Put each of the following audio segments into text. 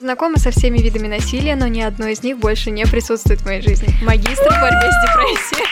Знакома со всеми видами насилия, но ни одно из них больше не присутствует в моей жизни. Магистр в борьбе с депрессией.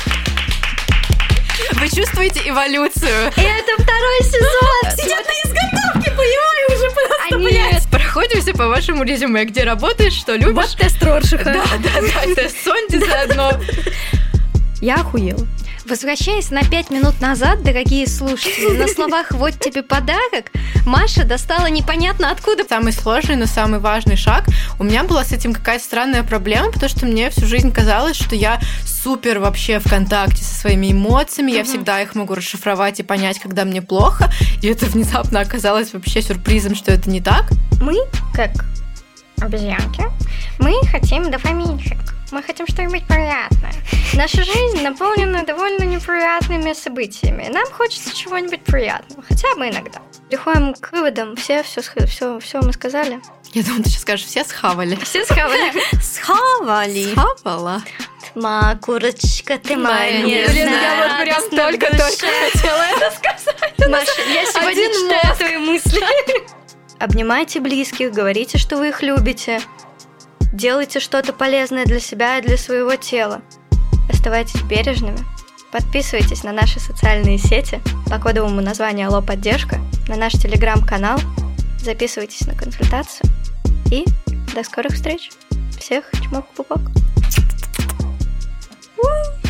Вы чувствуете эволюцию? И это второй сезон! Сидят на изготовке, понимаю, уже просто, блядь. Проходимся по вашему резюме, где работаешь, что любишь. Вот тест Роршаха. Да, тест Сонди заодно. Я охуела. Возвращаясь на 5 минут назад, дорогие слушатели, на словах «вот тебе подарок» Маша достала непонятно откуда. Самый сложный, но самый важный шаг. У меня была с этим какая-то странная проблема, потому что мне всю жизнь казалось, что я супер вообще в контакте со своими эмоциями, я всегда их могу расшифровать и понять, когда мне плохо, и это внезапно оказалось вообще сюрпризом, что это не так. Мы, как обезьянки, мы хотим дофаминчик. Мы хотим что-нибудь приятное. Наша жизнь наполнена довольно неприятными событиями. Нам хочется чего-нибудь приятного, хотя бы иногда. Переходим к выводам. Все мы сказали. Я думала, ты сейчас скажешь, все схавали. Все схавали. Схавали. Схавала. Ма, курочка, ты моя нежная. Блин, я вот прям только-только хотела это сказать. Маша, я сегодня читаю твои мысли. Обнимайте близких, говорите, что вы их любите. Делайте что-то полезное для себя и для своего тела. Оставайтесь бережными. Подписывайтесь на наши социальные сети по кодовому названию «Алло, поддержка», на наш телеграм-канал, записывайтесь на консультацию и до скорых встреч. Всех чмок-пупок.